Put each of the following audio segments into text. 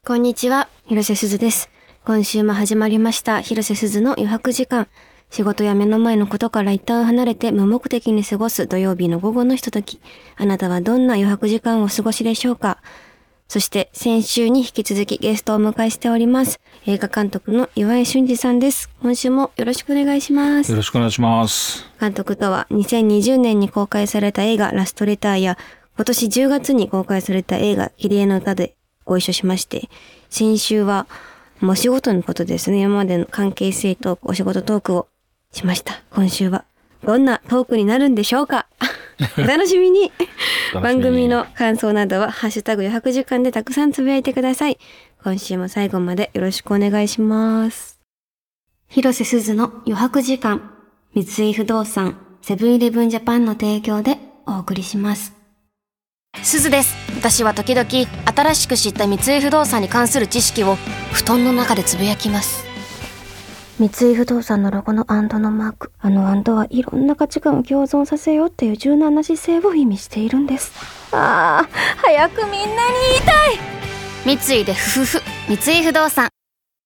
こんにちは、広瀬すずです。今週も始まりました広瀬すずの余白時間。仕事や目の前のことから一旦離れて無目的に過ごす土曜日の午後のひととき。あなたはどんな余白時間をお過ごしでしょうか。そして先週に引き続きゲストをお迎えしております。映画監督の岩井俊二さんです。今週もよろしくお願いします。 よろしくお願いします。 監督とは2020年に公開された映画ラストレターや今年10月に公開された映画キリエの歌でご一緒しまして、先週はもうお仕事のことですね。今までの関係性トーク、お仕事トークをしました。今週はどんなトークになるんでしょうか。お楽しみに。番組の感想などはハッシュタグ余白時間でたくさんつぶやいてください。今週も最後までよろしくお願いします。広瀬すずの余白時間、三井不動産、セブンイレブンジャパンの提供でお送りします。 すずです。私は時々新しく知った三井不動産に関する知識を布団の中でつぶやきます。 三井不動産のロゴのアンドのマーク、あのアンドはいろんな価値観を共存させようっていう柔軟な姿勢を意味しているんです。ああ、早くみんなに言いたい。 三井でふふふ、三井不動産。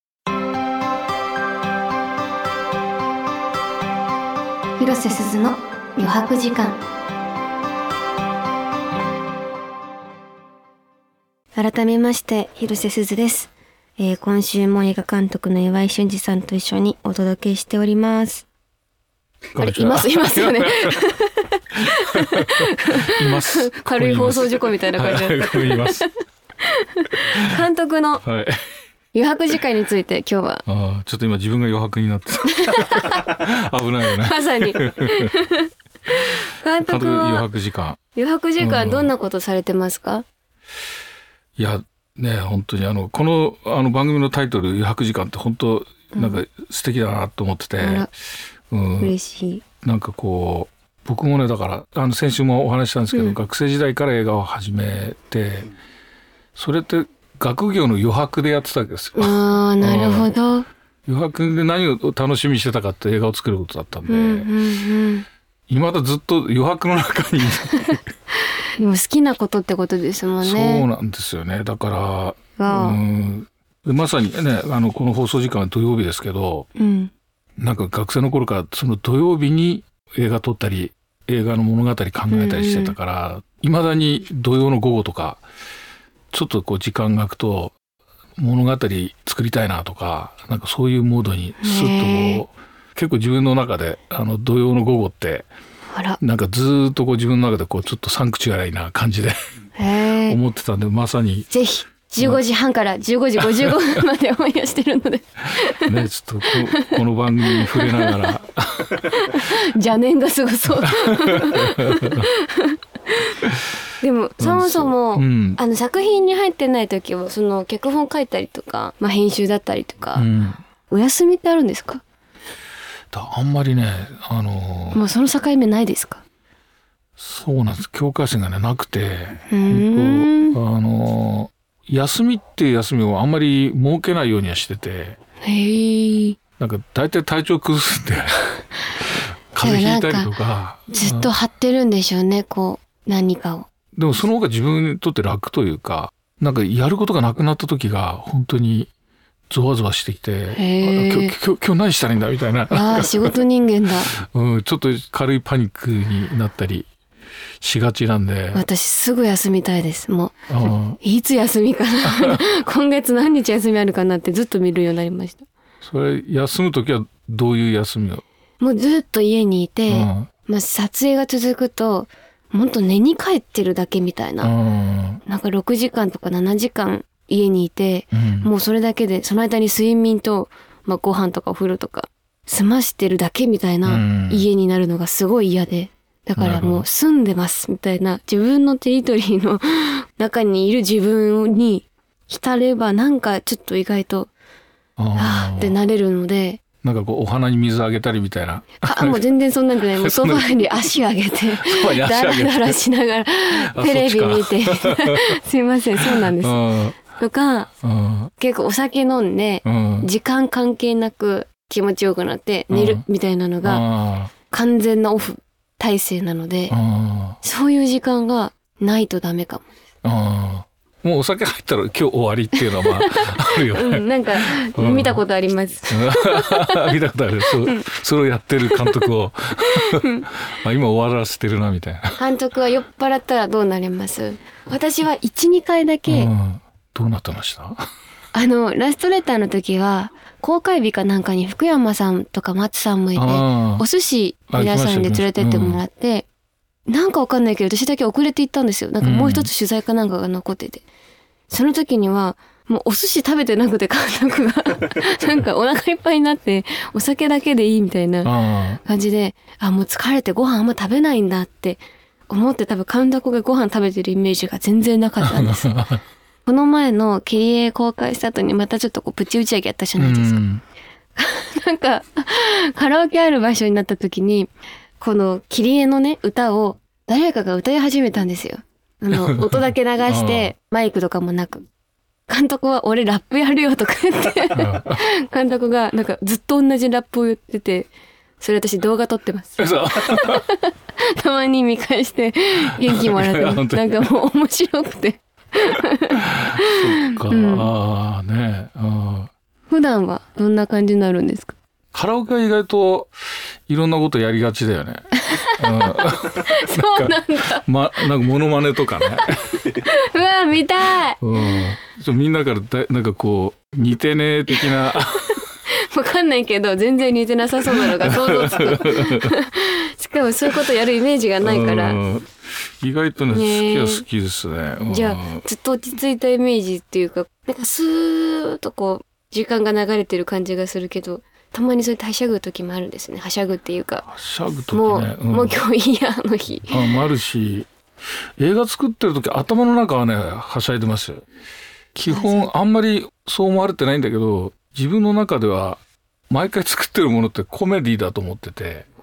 広瀬すずの余白時間。改めまして広瀬すずです。今週も映画監督の岩井俊二さんと一緒にお届けしております。あれいますよね。 います。 軽い放送事故みたいな感じで。 います。 監督の余白時間について今日は。 ちょっと今自分が余白になって危ないよね。 まさに。監督は余白時間。 余白時間どんなことされてますか？ いやね、本当にこの番組のタイトル余白時間って本当なんか素敵だなと思ってて、 嬉しい。 なんかこう僕もね、だから先週もお話したんですけど、学生時代から映画を始めて、それって学業の余白でやってたわけですよ。 ああ、なるほど。 余白で何を楽しみにしてたかって映画を作ることだったんで、未だずっと余白の中にでも好きなことってことですもんね。 そうなんですよね。だからまさにね、この放送時間は土曜日ですけど、なんか学生の頃からその土曜日に映画撮ったり映画の物語考えたりしてたから、未だに土曜の午後とかちょっとこう時間が空くと物語作りたいなとか、なんかそういうモードにスッとこう結構自分の中で土曜の午後ってなんかずっとこう自分の中でこうちょっとサンクチュアラリーな感じで思ってたんで、まさにぜひ15時半から15時55分までオンエアしてるのでね、ちょっとこの番組に触れながら邪念がすごそうでもそもそも、作品に入ってない時はその脚本書いたりとか、編集だったりとか、お休みってあるんですか？ あんまりね、 もうその境目ないですか？ そうなんです。境界線がねなくて、休みっていう休みをあんまり設けないようにはしてて、なんか大体体調崩すんで風邪ひいたりとかずっと張ってるんでしょうね、こう何かを。でもその方が自分にとって楽というか、なんかやることがなくなった時が本当にゾワゾワしてきて、今日何したらいいんだみたいな。 仕事人間だ。 ちょっと軽いパニックになったりしがちなんで。 私すぐ休みたいです。もういつ休みかな今月何日休みあるかなってずっと見るようになりました。 それ休む時はどういう休みを？ もうずっと家にいて、撮影が続くと本当寝に帰ってるだけみたいな、なんか6時間とか7時間家にいて、もうそれだけでその間に睡眠と、ご飯とかお風呂とか済ましてるだけみたいな家になるのがすごい嫌で、だからもう住んでますみたいな自分のテリトリーの中にいる自分に浸ればなんかちょっと意外とってなれるので、 なんかこうお花に水あげたりみたいな。 もう全然そんなんじゃない。もうソファに足上げてダラダラしながらテレビ見てすいません、そうなんですとか、結構お酒飲んで時間関係なく気持ちよくなって寝るみたいなのが完全なオフ体制なので、そういう時間がないとダメかもです。 もうお酒入ったら今日終わりっていうのはまああるよね、 なんか見たことあります、 見たことある。それをやってる監督を今終わらせてるなみたいな。 監督は酔っ払ったらどうなります？私は 1,2 回だけ、 どうなってました？ ラストレターの時は公開日かなんかに福山さんとか松さんもいて、お寿司皆さんで連れてってもらって、なんかわかんないけど私だけ遅れて行ったんですよ。なんかもう一つ取材かなんかが残ってて、その時にはもうお寿司食べてなくて監督がなんかお腹いっぱいになってお酒だけでいいみたいな感じで、もう疲れてご飯あんま食べないんだって思って、多分監督がご飯食べてるイメージが全然なかったんです。この前の切り絵公開した後にまたちょっとこうプチ打ち上げやったじゃないですか。なんかカラオケある場所になった時にこの切り絵のね歌を誰かが歌い始めたんですよ。音だけ流してマイクとかもなく、監督は俺ラップやるよとか言って監督がなんかずっと同じラップを言ってて、それ私動画撮ってます。たまに見返して元気もらってます。なんかもう面白くてそっか、ね。普段はどんな感じになるんですか？ カラオケは意外といろんなことやりがちだよね。 そうなんだ。 なんかモノマネとかね。 うわ見たい。 みんなからなんかこう似てね的な。 わかんないけど全然似てなさそうなのが想像つく。しかもそういうことやるイメージがないから。 意外とね好きは好きですね。 じゃあずっと落ち着いたイメージっていうか、なんかスーッとこう時間が流れてる感じがするけど、たまにそうやってはしゃぐ時もあるんですね。はしゃぐっていうか、 はしゃぐ時ね、 もう今日いいやの日もあるし、映画作ってる時頭の中はねはしゃいでますよ。基本あんまりそう思われてないんだけど、自分の中では毎回作ってるものってコメディだと思ってて、あ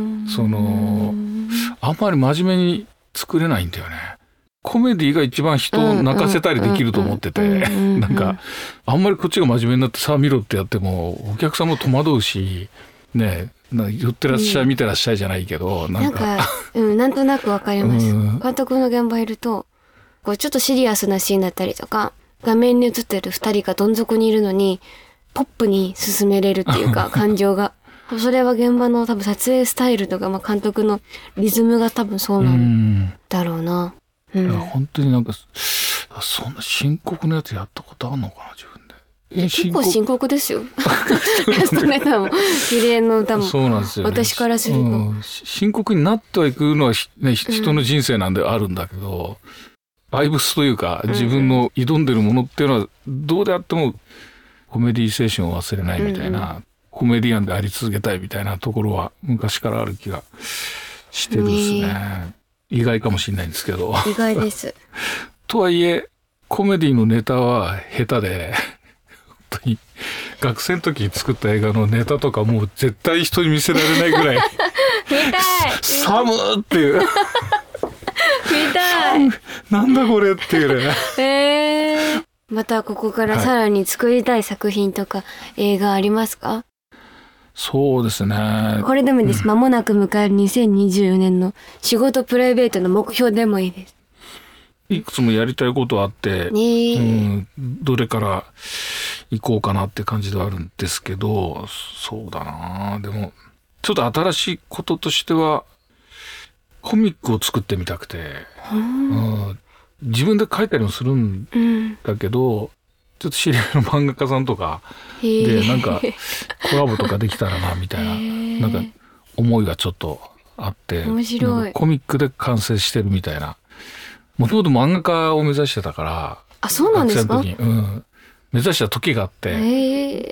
んまり真面目に作れないんだよね。コメディが一番人を泣かせたりできると思ってて、なんかあんまりこっちが真面目になってさあ見ろってやってもお客さんも戸惑うしね、寄ってらっしゃい見てらっしゃいじゃないけど、なんかなんとなくわかります。監督の現場いるとこうちょっとシリアスなシーンだったりとか、画面に映ってる2人がどん底にいるのにポップに進めれるっていうか感情がそれは現場の多分撮影スタイルとか、監督のリズムが多分そうなんだろうな。 本当になんかそんな深刻なやつやったことあるのかな自分で。 結構深刻ですよ。ラストネタも綺麗の歌も。 そうなんですよ、ね、 私からすると、 深刻になってはいくのは、ね、人の人生なんであるんだけど、バイブスというか自分の挑んでるものっていうのはどうであってもコメディ精神を忘れないみたいな、コメディアンであり続けたいみたいなところは昔からある気がしてるんですね。意外かもしれないんですけど。 意外です。 とはいえコメディのネタは下手で、本当に学生の時に作った映画のネタとかもう絶対人に見せられないぐらい見たいサムっていう見たいなんだこれっていうね。 またここからさらに作りたい作品とか映画ありますか？ そうですね。これでもいいです。間もなく迎える2024年の仕事プライベートの目標でもいいです。 いくつもやりたいことあって、どれから行こうかなって感じではあるんですけど、そうだな。でもちょっと新しいこととしてはコミックを作ってみたくて、自分で書いたりもするんだけど、ちょっと知り合いの漫画家さんとかでなんかコラボとかできたらなみたいな、なんか思いがちょっとあって、 面白い。 コミックで完成してるみたいな。もともと漫画家を目指してたから。 あ、そうなんですか？ 学生の時に、目指した時があって、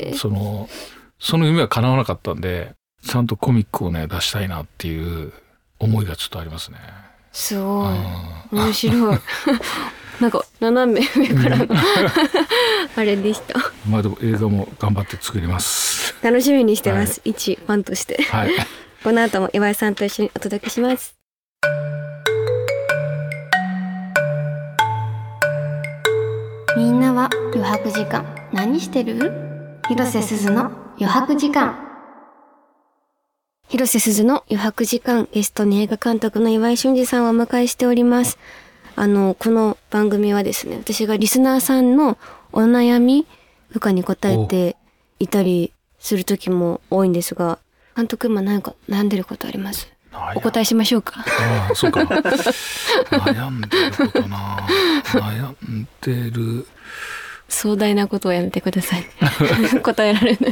その夢は叶わなかったんで、ちゃんとコミックをね出したいなっていう思いがちょっとありますね。 すごい、面白い。なんか斜め上からのあれでした。 まあでも映画も頑張って作ります。 楽しみにしてます。一ファンとして。 はい。 この後も岩井さんと一緒にお届けします。みんなは余白時間何してる？広瀬すずの余白時間。広瀬すずの余白時間、ゲストに映画監督の岩井俊二さんをお迎えしております。 この番組はですね、私がリスナーさんのお悩みとかに答えていたりする時も多いんですが、監督今何か悩んでることあります？お答えしましょうか。 そうか。悩んでることな。悩んでる。 壮大なことをやめてください。答えられない。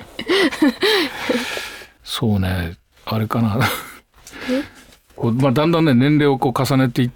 そうね、あれかな。だんだんね、年齢を重ねていって、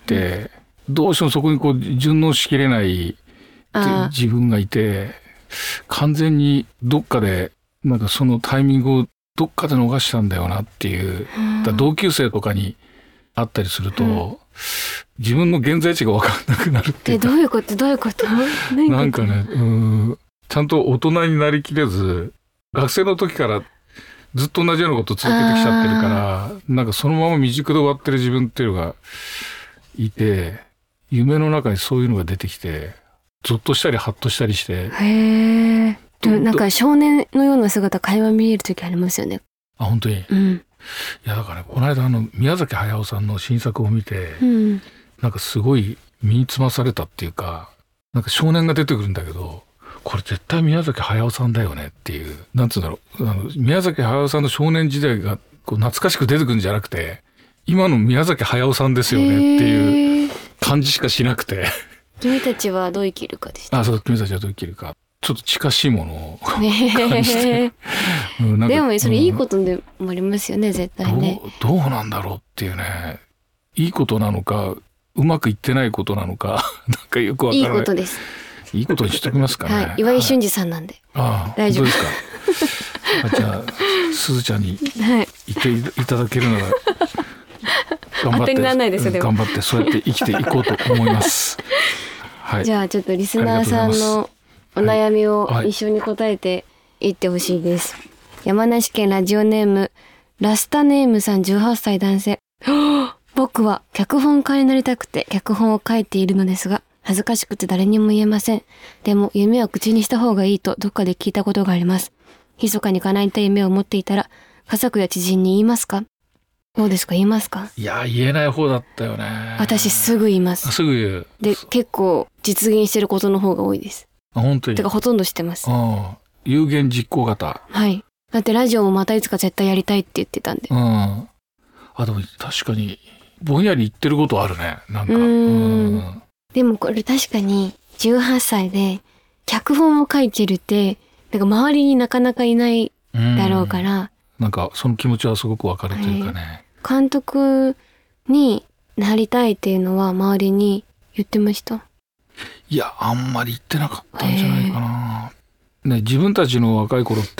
どうしてもそこに順応しきれない自分がいて、完全にどっかでなんかそのタイミングをどっかで逃したんだよなっていう、同級生とかに会ったりすると、自分の現在地が分かんなくなるっていうか。 どういうことなんかね、ちゃんと大人になりきれず、学生の時からずっと同じようなことを続けてきちゃってるから、なんかそのまま未熟で終わってる自分っていうのがいて、夢の中にそういうのが出てきて、ゾッとしたりハッとしたりして。 なんか少年のような姿垣間見える時ありますよね。 本当に。 いやだからね、この間宮崎駿さんの新作を見て、なんかすごい身につまされたっていうか、なんか少年が出てくるんだけど、これ絶対宮崎駿さんだよねっていう、なんつうんだろう、宮崎駿さんの少年時代が懐かしく出てくるんじゃなくて、今の宮崎駿さんですよねっていう感じしかしなくて。 君たちはどう生きるかでした。 そう、君たちはどう生きるか。ちょっと近しいものを感じて。 でもそれいいことでもありますよね、絶対ね。 どうなんだろうっていうね。いいことなのか、うまくいってないことなのか、なんかよくわからない。 いいことです。 いいことにしときますかね。 岩井俊二さんなんで。大丈夫ですか。じゃあ、すずちゃんに言っていただけるなら、頑張って、頑張ってそうやって生きていこうと思います。 じゃあちょっとリスナーさんのお悩みを一緒に答えていってほしいです。山梨県ラジオネームラスタネームさん18歳男性。僕は脚本家になりたくて脚本を書いているのですが、恥ずかしくて誰にも言えません。でも夢は口にした方がいいとどっかで聞いたことがあります。密かに叶えたい夢を持っていたら家族や知人に言いますか？どうですか？言いますか？ いや、言えない方だったよね。 私すぐ言います。 すぐ言う。 で、結構実現してることの方が多いです。 本当に。 てかほとんどしてます。 有言実行型。 はい。だってラジオもまたいつか絶対やりたいって言ってたんで。でも確かにぼんやり言ってることあるね。なんか。 でもこれ確かに18歳で脚本を書いてるってなんか周りになかなかいないだろうから。 なんかその気持ちはすごくわかるというかね。 監督になりたいっていうのは周りに言ってました？ いや、あんまり言ってなかったんじゃないかな。ね、自分たちの若い頃って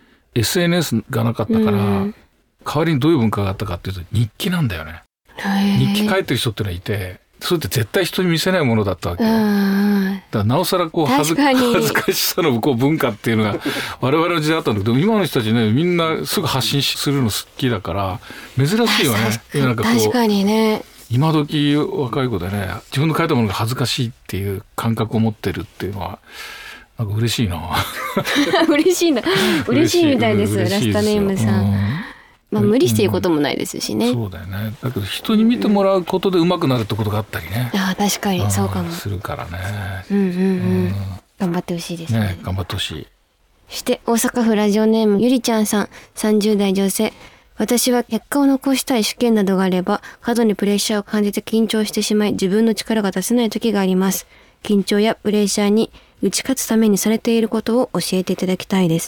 SNS がなかったから、代わりにどういう文化があったかっていうと日記なんだよね。日記書いてる人ってのがいて、それって絶対人に見せないものだったわけよ。だからなおさら恥ずかしさの文化っていうのが我々の時代あったんだけど、今の人たちね、みんなすぐ発信するの好きだから珍しいよね。なんか確かにね。 今時若い子でね、自分の書いたものが恥ずかしいっていう感覚を持ってるっていうのはなんか嬉しいな。 嬉しいな。嬉しいみたいです。ラスタネームさん。無理して言うこともないですしね。 そうだよね。だけど人に見てもらうことで上手くなるってことがあったりね。 確かにそうかも。 するからね。 頑張ってほしいですね。 頑張ってほしい。 そして大阪府ラジオネームゆりちゃんさん30代女性。私は結果を残したい試験などがあれば過度にプレッシャーを感じて緊張してしまい自分の力が出せない時があります。緊張やプレッシャーに打ち勝つためにされていることを教えていただきたいです。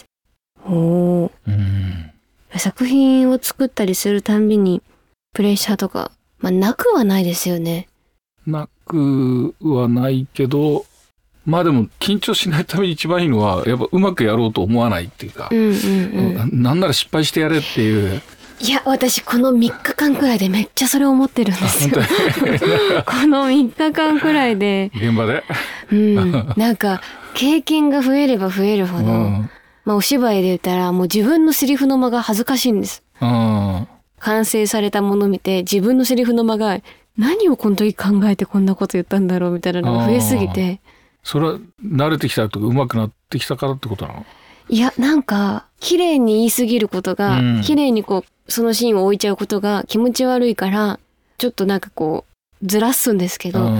作品を作ったりするたんびにプレッシャーとか、なくはないですよね。 なくはないけど、でも緊張しないために一番いいのはやっぱうまくやろうと思わないっていうか、なんなら失敗してやれっていう。 いや、私この3日間くらいでめっちゃそれ思ってるんですよ。この3日間くらいで現場で、 なんか経験が増えれば増えるほど、お芝居で言ったらもう自分のセリフの間が恥ずかしいんです。完成されたものを見て自分のセリフの間が何をこの時考えてこんなこと言ったんだろうみたいなのが増えすぎて。 それは慣れてきたとか上手くなってきたからってことなの？ いや、なんか綺麗に言い過ぎることが、綺麗にそのシーンを置いちゃうことが気持ち悪いからちょっとなんかずらすんですけど、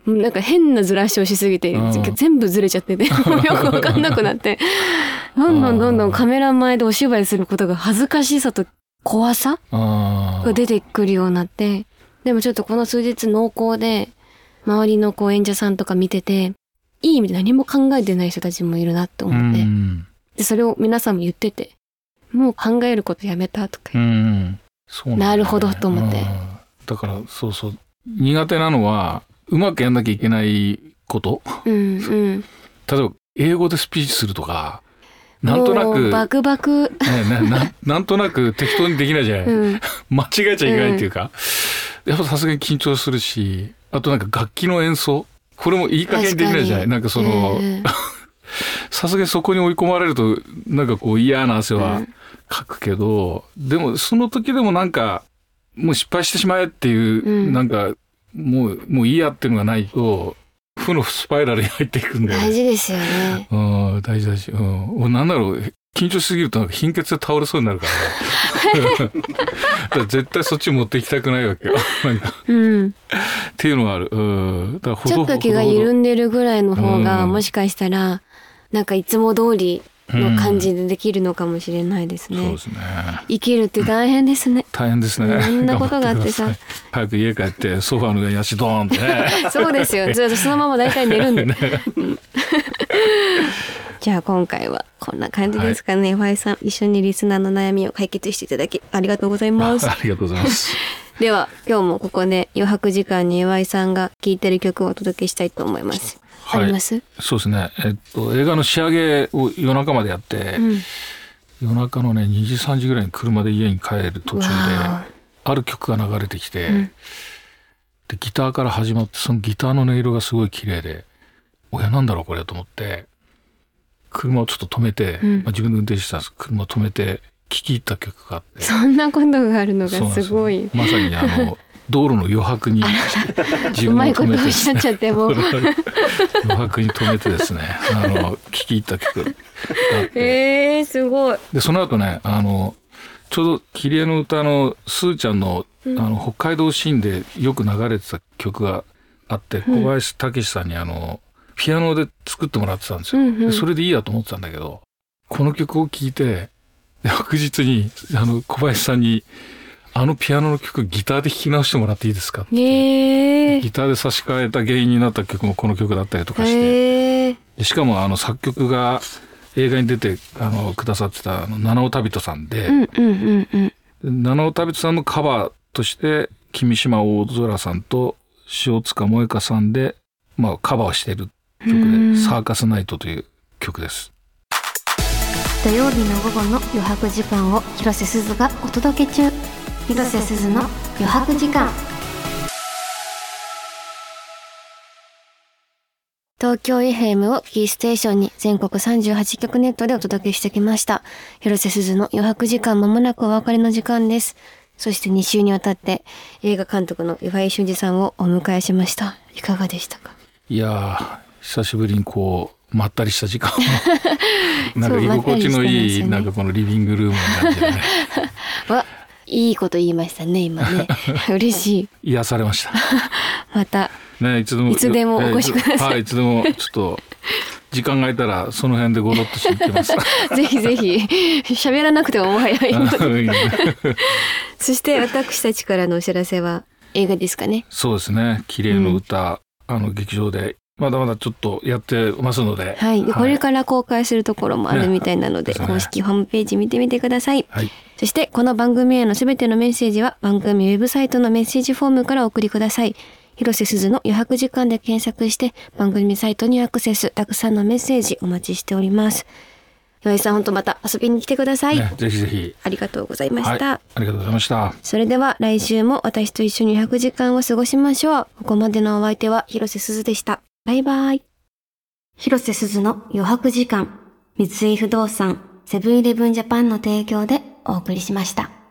なんか変なずらしをしすぎて全部ずれちゃっててよくわかんなくなってどんどんカメラ前でお芝居することが恥ずかしさと怖さが出てくるようになって、でもちょっとこの数日濃厚で周りの演者さんとか見てて、いい意味で何も考えてない人たちもいるなって思って、でそれを皆さんも言ってて、もう考えることやめたとか、そうなんだね、なるほどと思って。 だからそう苦手なのはうまくやんなきゃいけないこと、例えば英語でスピーチするとか、なんとなくバクバク、 なんとなく適当にできないじゃない、間違えちゃいけないっていうか、やっぱさすがに緊張するし、あとなんか楽器の演奏、これもいい加減にできないじゃない。なんかそのさすがにそこに追い込まれるとなんか嫌な汗はかくけど、でもその時でもなんかもう失敗してしまえっていう、なんかもういいやっていうのがないと負のスパイラルに入っていくんで。 大事ですよね。 大事。なんだろう、緊張しすぎるとなんか貧血で倒れそうになるからね。だから絶対そっち持っていきたくないわけよ。なんかっていうのがある。だからちょっと気が緩んでるぐらいの方が、もしかしたらなんかいつも通りの感じでできるのかもしれないですね。 そうですね。 生きるって大変ですね。 大変ですね。 いろんなことがあってさ。 早く家帰ってソファーの上に足ドーンってね。 そうですよ。ずっとそのまま大体寝るんで。じゃあ今回はこんな感じですかね。岩井さん、一緒にリスナーの悩みを解決していただきありがとうございます。 ありがとうございます。 では今日もここで余白時間に岩井さんが聴いてる曲をお届けしたいと思います。あります？ そうですね。映画の仕上げを夜中までやって、夜中のね2時3時ぐらいに車で家に帰る途中である曲が流れてきて、でギターから始まって、そのギターの音色がすごい綺麗で、なんだろうこれと思って車をちょっと止めて、自分で運転してたんです。車を止めて聴き入った曲があって、 そんなことがあるのがすごい。 まさに道路の余白に自分を止めてですね、余白に止めてですね、聴き入った曲があって、 すごい。 でその後ね、ちょうどキリエの歌のスーちゃんの、北海道シーンでよく流れてた曲があって、小林武史さんにピアノで作ってもらってたんですよ。でそれでいいやと思ってたんだけど、この曲を聴いて翌日に小林さんにピアノの曲ギターで弾き直してもらっていいですかって、ギターで差し替えた原因になった曲もこの曲だったりとかして、しかも作曲が映画に出てくださってた七尾旅人さんで、七尾旅人さんのカバーとして君島大空さんと塩塚萌香さんで、カバーをしている曲で、サーカスナイトという曲です。 土曜日の午後の余白時間を広瀬すずがお届け中。広瀬すずの余白時間。東京 FM をキーステーションに全国38局ネットでお届けしてきました。広瀬すずの余白時間、まもなくお別れの時間です。そして2週にわたって映画監督の岩井俊二さんをお迎えしました。いかがでしたか？ いや久しぶりにまったりした時間をなんか居心地のいい、なんかこのリビングルームの感じでねいいこと言いましたね今ね。嬉しい。 癒されました。 またね、いつでもお越しください。いつでもちょっと時間が空いたらその辺でゴロッとしに行きます。 ぜひぜひ喋らなくてももはやいいので。そして私たちからのお知らせは映画ですかね。 そうですね。綺麗の歌、劇場でまだまだちょっとやってますので、 これから公開するところもあるみたいなので、公式ホームページ見てみてください。そしてこの番組へのすべてのメッセージは番組ウェブサイトのメッセージフォームからお送りください。広瀬すずの余白時間で検索して番組サイトにアクセス、たくさんのメッセージお待ちしております。岩井さん、本当また遊びに来てください。 ぜひぜひ。 ありがとうございました。 ありがとうございました。 それでは来週も私と一緒に余白時間を過ごしましょう。ここまでのお相手は広瀬すずでした。バイバイ。広瀬すずの余白時間、三井不動産、セブンイレブンジャパンの提供でお送りしました。